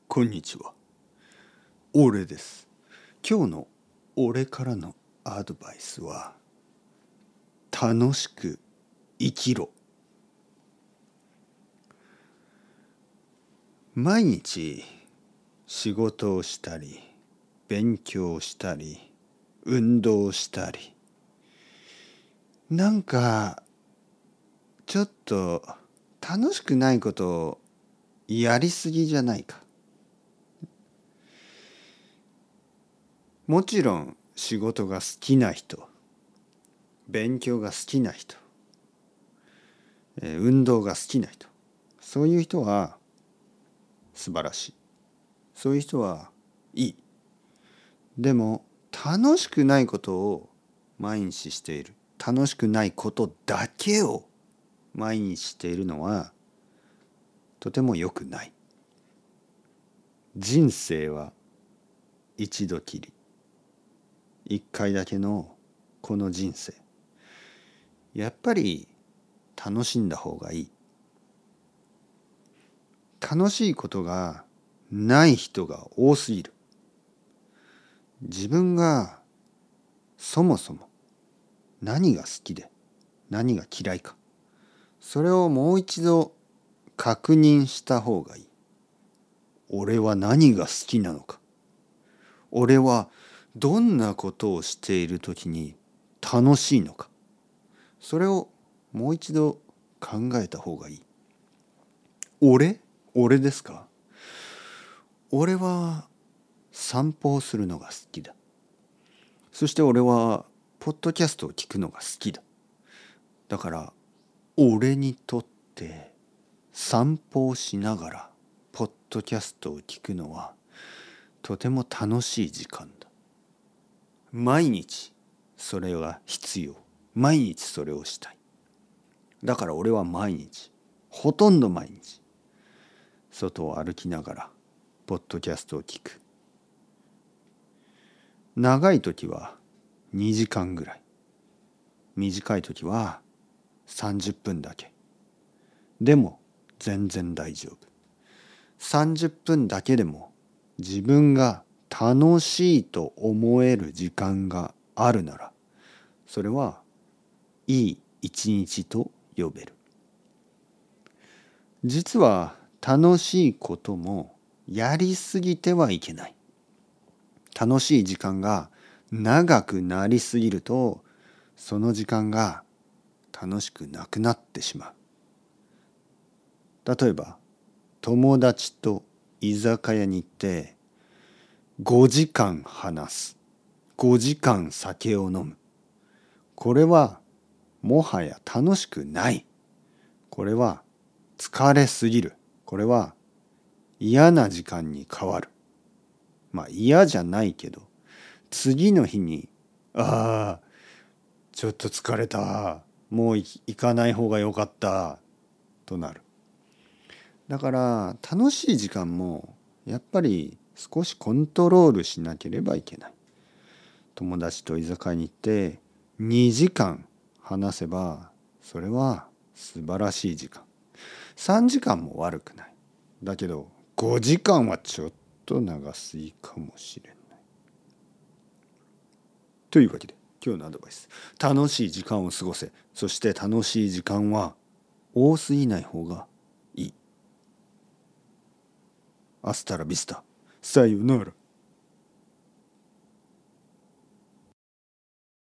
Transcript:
こんにちは。俺です。今日の俺からのアドバイスは、楽しく生きろ。毎日仕事をしたり、勉強をしたり、運動をしたり、なんかちょっと楽しくないことをやりすぎじゃないか。もちろん仕事が好きな人、勉強が好きな人、運動が好きな人、そういう人は素晴らしい。そういう人はいい。でも楽しくないことを毎日している。楽しくないことだけを毎日しているのはとても良くない。人生は一度きり。一回だけのこの人生。やっぱり楽しんだ方がいい。楽しいことがない人が多すぎる。自分がそもそも何が好きで何が嫌いか、それをもう一度確認した方がいい。俺は何が好きなのか。俺はどんなことをしているときに楽しいのか。それをもう一度考えた方がいい。俺ですか？俺は散歩をするのが好きだ。そして俺はポッドキャストを聞くのが好きだ。だから俺にとって散歩をしながらポッドキャストを聞くのはとても楽しい時間だ。毎日それが必要。毎日それをしたい。だから俺は毎日、ほとんど毎日、外を歩きながらポッドキャストを聞く。長い時は2時間ぐらい。短い時は30分だけ。でも全然大丈夫。30分だけでも自分が楽しいと思える時間があるなら、それはいい一日と呼べる。実は楽しいこともやりすぎてはいけない。楽しい時間が長くなりすぎると、その時間が楽しくなくなってしまう。例えば友達と居酒屋に行って5時間話す。5時間酒を飲む。これはもはや楽しくない。これは疲れすぎる。これは嫌な時間に変わる。まあ嫌じゃないけど、次の日に、ちょっと疲れた。もう行かない方がよかった。となる。だから楽しい時間もやっぱり少しコントロールしなければいけない。友達と居酒屋に行って2時間話せばそれは素晴らしい時間。3時間も悪くない。だけど5時間はちょっと長すぎかもしれない。というわけで今日のアドバイス。楽しい時間を過ごせ。そして楽しい時間は多すぎない方がいい。アスタラビスタ。さよなら。